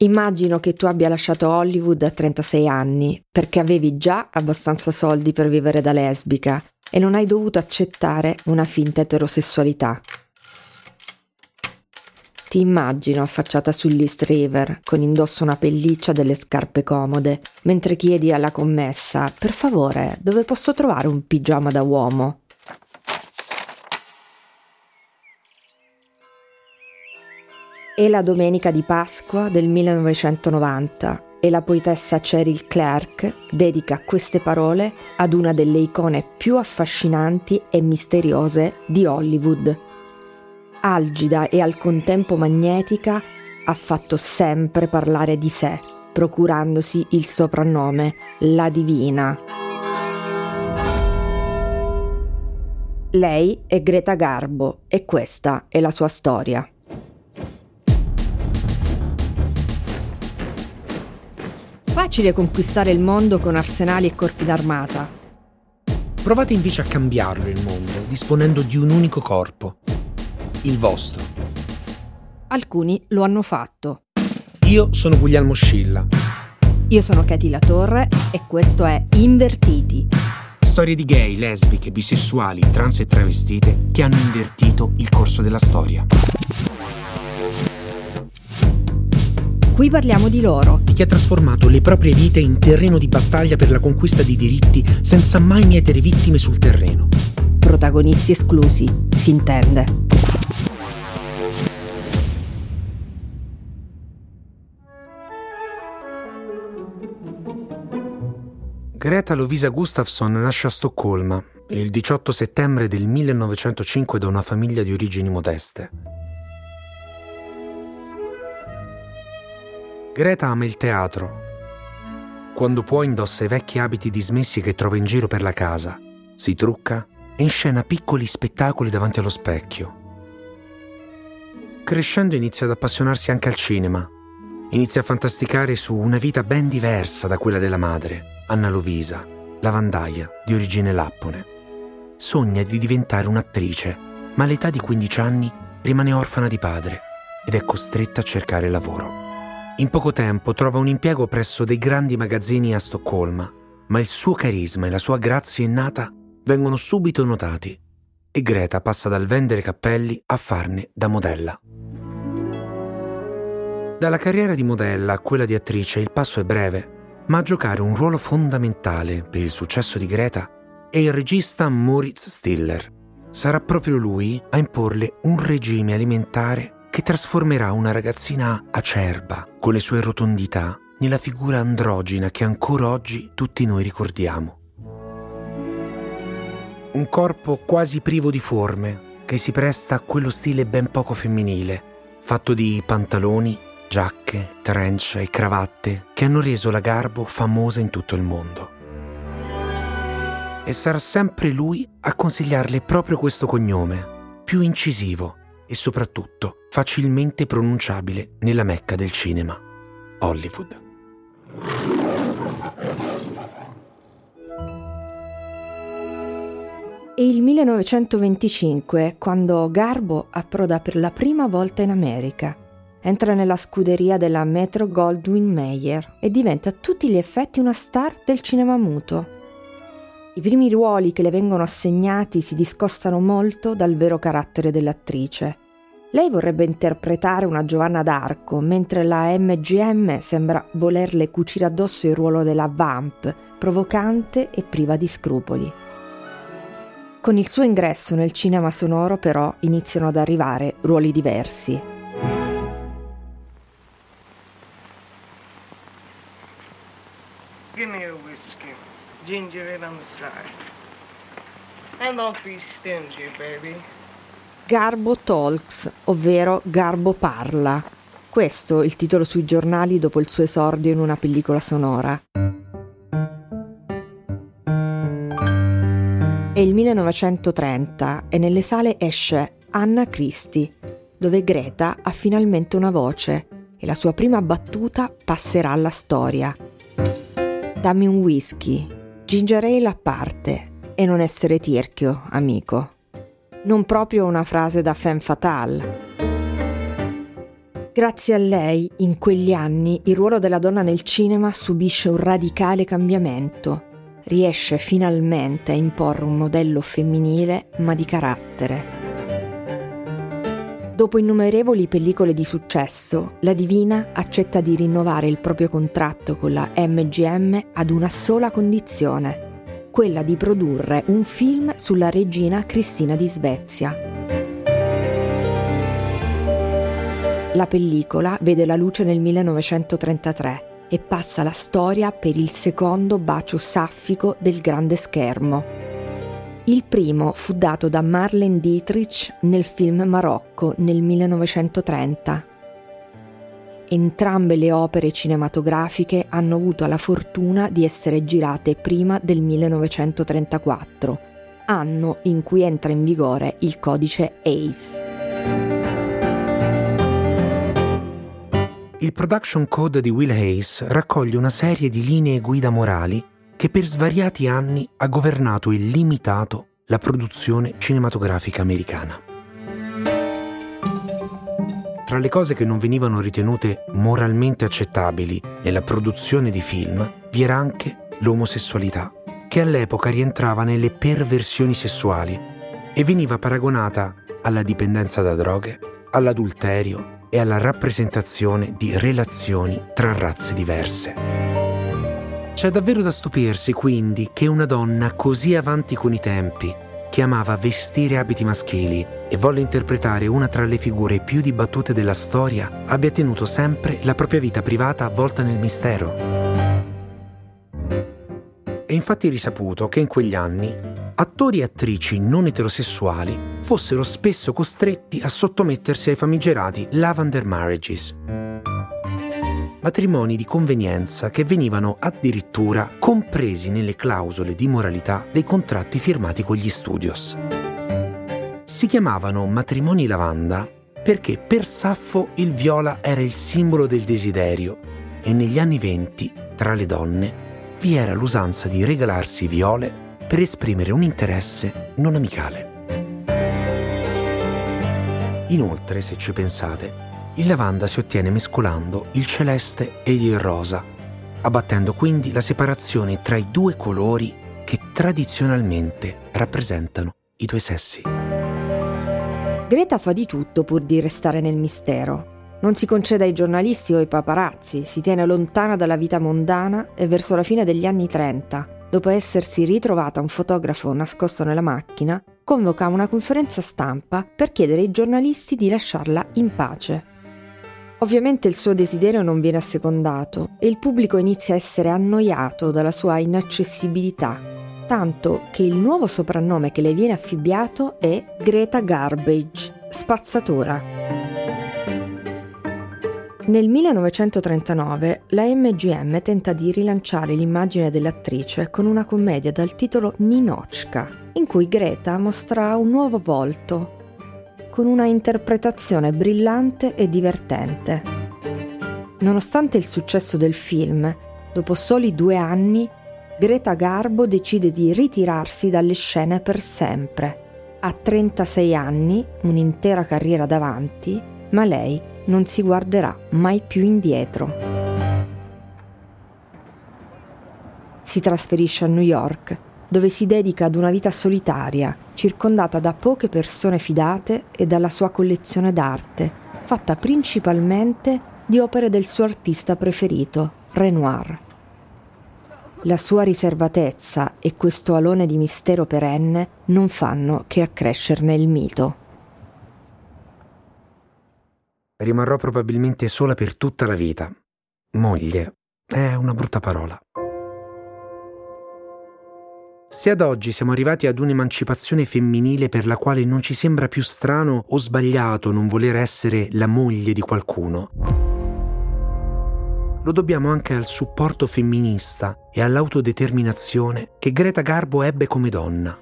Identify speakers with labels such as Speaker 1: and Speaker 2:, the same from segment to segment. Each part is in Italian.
Speaker 1: Immagino che tu abbia lasciato Hollywood a 36 anni perché avevi già abbastanza soldi per vivere da lesbica e non hai dovuto accettare una finta eterosessualità. Ti immagino affacciata sull'East River con indosso una pelliccia e delle scarpe comode, mentre chiedi alla commessa: per favore, dove posso trovare un pigiama da uomo? È la domenica di Pasqua del 1990 e la poetessa Cheryl Clarke dedica queste parole ad una delle icone più affascinanti e misteriose di Hollywood. Algida e al contempo magnetica, ha fatto sempre parlare di sé, procurandosi il soprannome La Divina. Lei è Greta Garbo e questa è la sua storia. Facile conquistare il mondo con arsenali e corpi d'armata.
Speaker 2: Provate invece a cambiarlo il mondo, disponendo di un unico corpo, il vostro.
Speaker 1: Alcuni lo hanno fatto.
Speaker 2: Io sono Guglielmo Scilla.
Speaker 1: Io sono Katy Latorre e questo è Invertiti.
Speaker 2: Storie di gay, lesbiche, bisessuali, trans e travestite che hanno invertito il corso della storia.
Speaker 1: Qui parliamo di loro.
Speaker 2: Di chi ha trasformato le proprie vite in terreno di battaglia per la conquista di diritti senza mai mietere vittime sul terreno.
Speaker 1: Protagonisti esclusi, si intende.
Speaker 2: Greta Lovisa Gustafsson nasce a Stoccolma il 18 settembre del 1905 da una famiglia di origini modeste. Greta ama il teatro. Quando può indossa i vecchi abiti dismessi che trova in giro per la casa, si trucca e inscena piccoli spettacoli davanti allo specchio. Crescendo inizia ad appassionarsi anche al cinema. Inizia a fantasticare su una vita ben diversa da quella della madre, Anna Lovisa, lavandaia di origine lappone. Sogna di diventare un'attrice, ma all'età di 15 anni rimane orfana di padre ed è costretta a cercare lavoro. In poco tempo trova un impiego presso dei grandi magazzini a Stoccolma, ma il suo carisma e la sua grazia innata vengono subito notati e Greta passa dal vendere cappelli a farne da modella. Dalla carriera di modella a quella di attrice il passo è breve, ma a giocare un ruolo fondamentale per il successo di Greta è il regista Moritz Stiller. Sarà proprio lui a imporle un regime alimentare che trasformerà una ragazzina acerba, con le sue rotondità, nella figura androgina che ancora oggi tutti noi ricordiamo. Un corpo quasi privo di forme, che si presta a quello stile ben poco femminile, fatto di pantaloni, giacche, trench e cravatte che hanno reso la Garbo famosa in tutto il mondo. E sarà sempre lui a consigliarle proprio questo cognome, più incisivo e soprattutto facilmente pronunciabile nella Mecca del cinema, Hollywood.
Speaker 1: È il 1925 quando Garbo approda per la prima volta in America. Entra nella scuderia della Metro-Goldwyn-Mayer e diventa a tutti gli effetti una star del cinema muto. I primi ruoli che le vengono assegnati si discostano molto dal vero carattere dell'attrice. Lei vorrebbe interpretare una Giovanna d'Arco, mentre la MGM sembra volerle cucire addosso il ruolo della vamp, provocante e priva di scrupoli. Con il suo ingresso nel cinema sonoro, però, iniziano ad arrivare ruoli diversi.
Speaker 3: Give me a whiskey, ginger ale on the side. And don't be stingy, baby.
Speaker 1: Garbo Talks, ovvero Garbo parla. Questo il titolo sui giornali dopo il suo esordio in una pellicola sonora. È il 1930 e nelle sale esce Anna Christie, dove Greta ha finalmente una voce e la sua prima battuta passerà alla storia. Dammi un whisky, ginger ale a parte e non essere tirchio, amico. Non proprio una frase da femme fatale. Grazie a lei, in quegli anni, il ruolo della donna nel cinema subisce un radicale cambiamento. Riesce finalmente a imporre un modello femminile, ma di carattere. Dopo innumerevoli pellicole di successo, la divina accetta di rinnovare il proprio contratto con la MGM ad una sola condizione, quella di produrre un film sulla regina Cristina di Svezia. La pellicola vede la luce nel 1933 e passa la storia per il secondo bacio saffico del grande schermo. Il primo fu dato da Marlene Dietrich nel film Marocco nel 1930. Entrambe le opere cinematografiche hanno avuto la fortuna di essere girate prima del 1934, anno in cui entra in vigore il codice Hays.
Speaker 2: Il Production Code di Will Hays raccoglie una serie di linee guida morali che per svariati anni ha governato e limitato la produzione cinematografica americana. Tra le cose che non venivano ritenute moralmente accettabili nella produzione di film vi era anche l'omosessualità, che all'epoca rientrava nelle perversioni sessuali e veniva paragonata alla dipendenza da droghe, all'adulterio e alla rappresentazione di relazioni tra razze diverse. C'è davvero da stupirsi, quindi, che una donna così avanti con i tempi, che amava vestire abiti maschili e volle interpretare una tra le figure più dibattute della storia, abbia tenuto sempre la propria vita privata avvolta nel mistero. È infatti risaputo che in quegli anni attori e attrici non eterosessuali fossero spesso costretti a sottomettersi ai famigerati lavender marriages, matrimoni di convenienza che venivano addirittura compresi nelle clausole di moralità dei contratti firmati con gli studios. Si chiamavano matrimoni lavanda perché per Saffo il viola era il simbolo del desiderio e negli anni '20, tra le donne, vi era l'usanza di regalarsi viole per esprimere un interesse non amicale. Inoltre, se ci pensate, il lavanda si ottiene mescolando il celeste e il rosa, abbattendo quindi la separazione tra i due colori che tradizionalmente rappresentano i due sessi.
Speaker 1: Greta fa di tutto pur di restare nel mistero. Non si concede ai giornalisti o ai paparazzi, si tiene lontana dalla vita mondana e verso la fine degli anni 30, dopo essersi ritrovata un fotografo nascosto nella macchina, convoca una conferenza stampa per chiedere ai giornalisti di lasciarla in pace. Ovviamente il suo desiderio non viene assecondato e il pubblico inizia a essere annoiato dalla sua inaccessibilità, tanto che il nuovo soprannome che le viene affibbiato è Greta Garbage, spazzatura. Nel 1939 la MGM tenta di rilanciare l'immagine dell'attrice con una commedia dal titolo Ninotchka, in cui Greta mostra un nuovo volto, con una interpretazione brillante e divertente. Nonostante il successo del film, dopo soli 2 anni, Greta Garbo decide di ritirarsi dalle scene per sempre. Ha 36 anni, un'intera carriera davanti, ma lei non si guarderà mai più indietro. Si trasferisce a New York, dove si dedica ad una vita solitaria, circondata da poche persone fidate e dalla sua collezione d'arte, fatta principalmente di opere del suo artista preferito, Renoir. La sua riservatezza e questo alone di mistero perenne non fanno che accrescerne il mito.
Speaker 2: Rimarrò probabilmente sola per tutta la vita. Moglie è una brutta parola. Se ad oggi siamo arrivati ad un'emancipazione femminile per la quale non ci sembra più strano o sbagliato non voler essere la moglie di qualcuno, lo dobbiamo anche al supporto femminista e all'autodeterminazione che Greta Garbo ebbe come donna.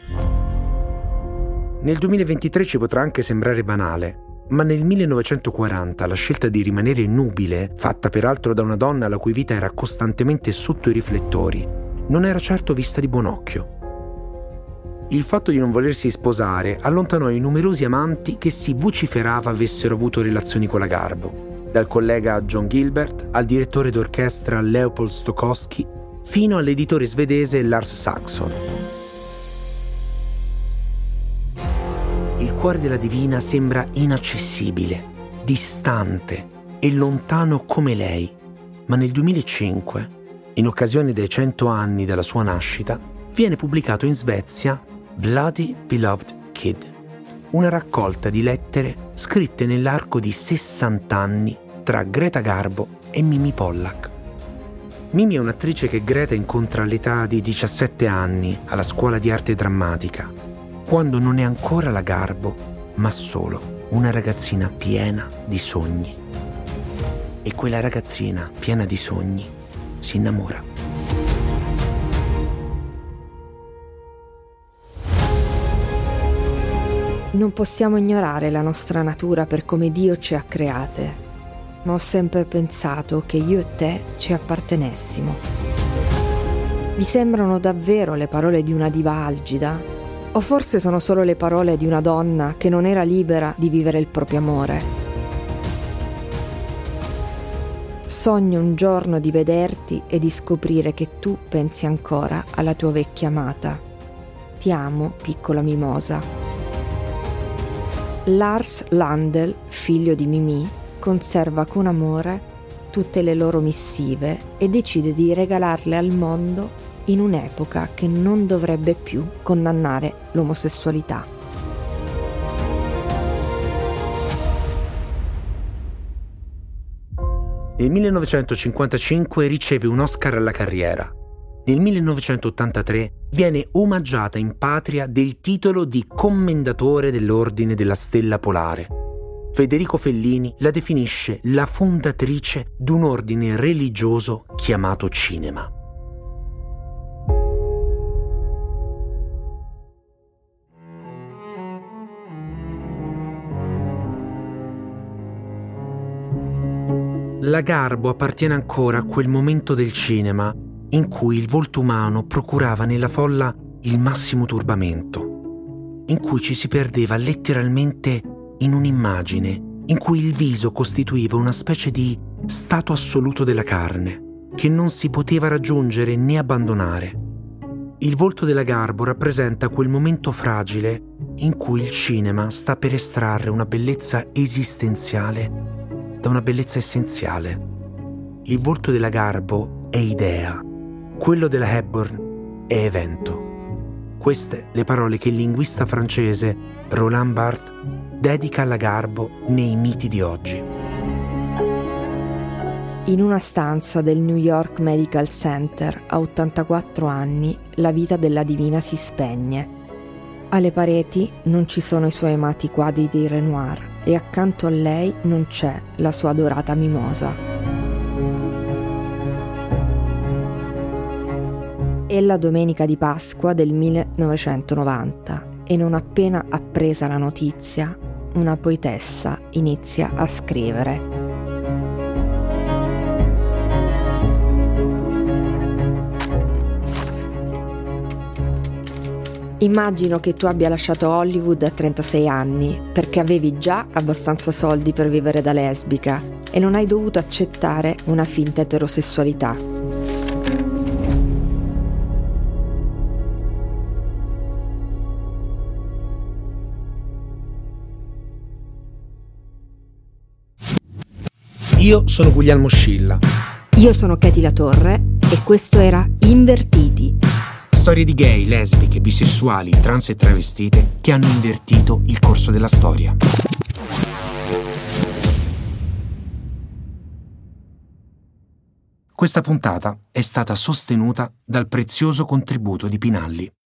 Speaker 2: Nel 2023 ci potrà anche sembrare banale, ma nel 1940 la scelta di rimanere nubile, fatta peraltro da una donna la cui vita era costantemente sotto i riflettori, non era certo vista di buon occhio. Il fatto di non volersi sposare allontanò i numerosi amanti che si vociferava avessero avuto relazioni con la Garbo, dal collega John Gilbert al direttore d'orchestra Leopold Stokowski fino all'editore svedese Lars Saxon. Il cuore della divina sembra inaccessibile, distante e lontano come lei, ma nel 2005, in occasione dei 100 anni dalla sua nascita, viene pubblicato in Svezia Bloody Beloved Kid, una raccolta di lettere scritte nell'arco di 60 anni tra Greta Garbo e Mimi Pollak. Mimi è un'attrice che Greta incontra all'età di 17 anni alla scuola di arte drammatica, quando non è ancora la Garbo, ma solo una ragazzina piena di sogni. E quella ragazzina piena di sogni si innamora.
Speaker 1: Non possiamo ignorare la nostra natura per come Dio ci ha create, ma ho sempre pensato che io e te ci appartenessimo. Vi sembrano davvero le parole di una diva algida? O forse sono solo le parole di una donna che non era libera di vivere il proprio amore? Sogno un giorno di vederti e di scoprire che tu pensi ancora alla tua vecchia amata. Ti amo, piccola mimosa. Lars Landel, figlio di Mimì, conserva con amore tutte le loro missive e decide di regalarle al mondo in un'epoca che non dovrebbe più condannare l'omosessualità.
Speaker 2: Nel 1955 riceve un Oscar alla carriera. Nel 1983 viene omaggiata in patria del titolo di Commendatore dell'Ordine della Stella Polare. Federico Fellini la definisce la fondatrice di un ordine religioso chiamato cinema. La Garbo appartiene ancora a quel momento del cinema in cui il volto umano procurava nella folla il massimo turbamento, in cui ci si perdeva letteralmente in un'immagine, in cui il viso costituiva una specie di stato assoluto della carne, che non si poteva raggiungere né abbandonare. Il volto della Garbo rappresenta quel momento fragile in cui il cinema sta per estrarre una bellezza esistenziale da una bellezza essenziale. Il volto della Garbo è idea, quello della Hepburn è evento. Queste le parole che il linguista francese Roland Barthes dedica alla Garbo nei miti di oggi.
Speaker 1: In una stanza del New York Medical Center, a 84 anni, la vita della divina si spegne. Alle pareti non ci sono i suoi amati quadri di Renoir e accanto a lei non c'è la sua adorata mimosa. È la domenica di Pasqua del 1990 e non appena appresa la notizia, una poetessa inizia a scrivere. Immagino che tu abbia lasciato Hollywood a 36 anni perché avevi già abbastanza soldi per vivere da lesbica e non hai dovuto accettare una finta eterosessualità.
Speaker 2: Io sono Guglielmo Scilla.
Speaker 1: Io sono Katy Latorre e questo era Invertiti.
Speaker 2: Storie di gay, lesbiche, bisessuali, trans e travestite che hanno invertito il corso della storia. Questa puntata è stata sostenuta dal prezioso contributo di Pinalli.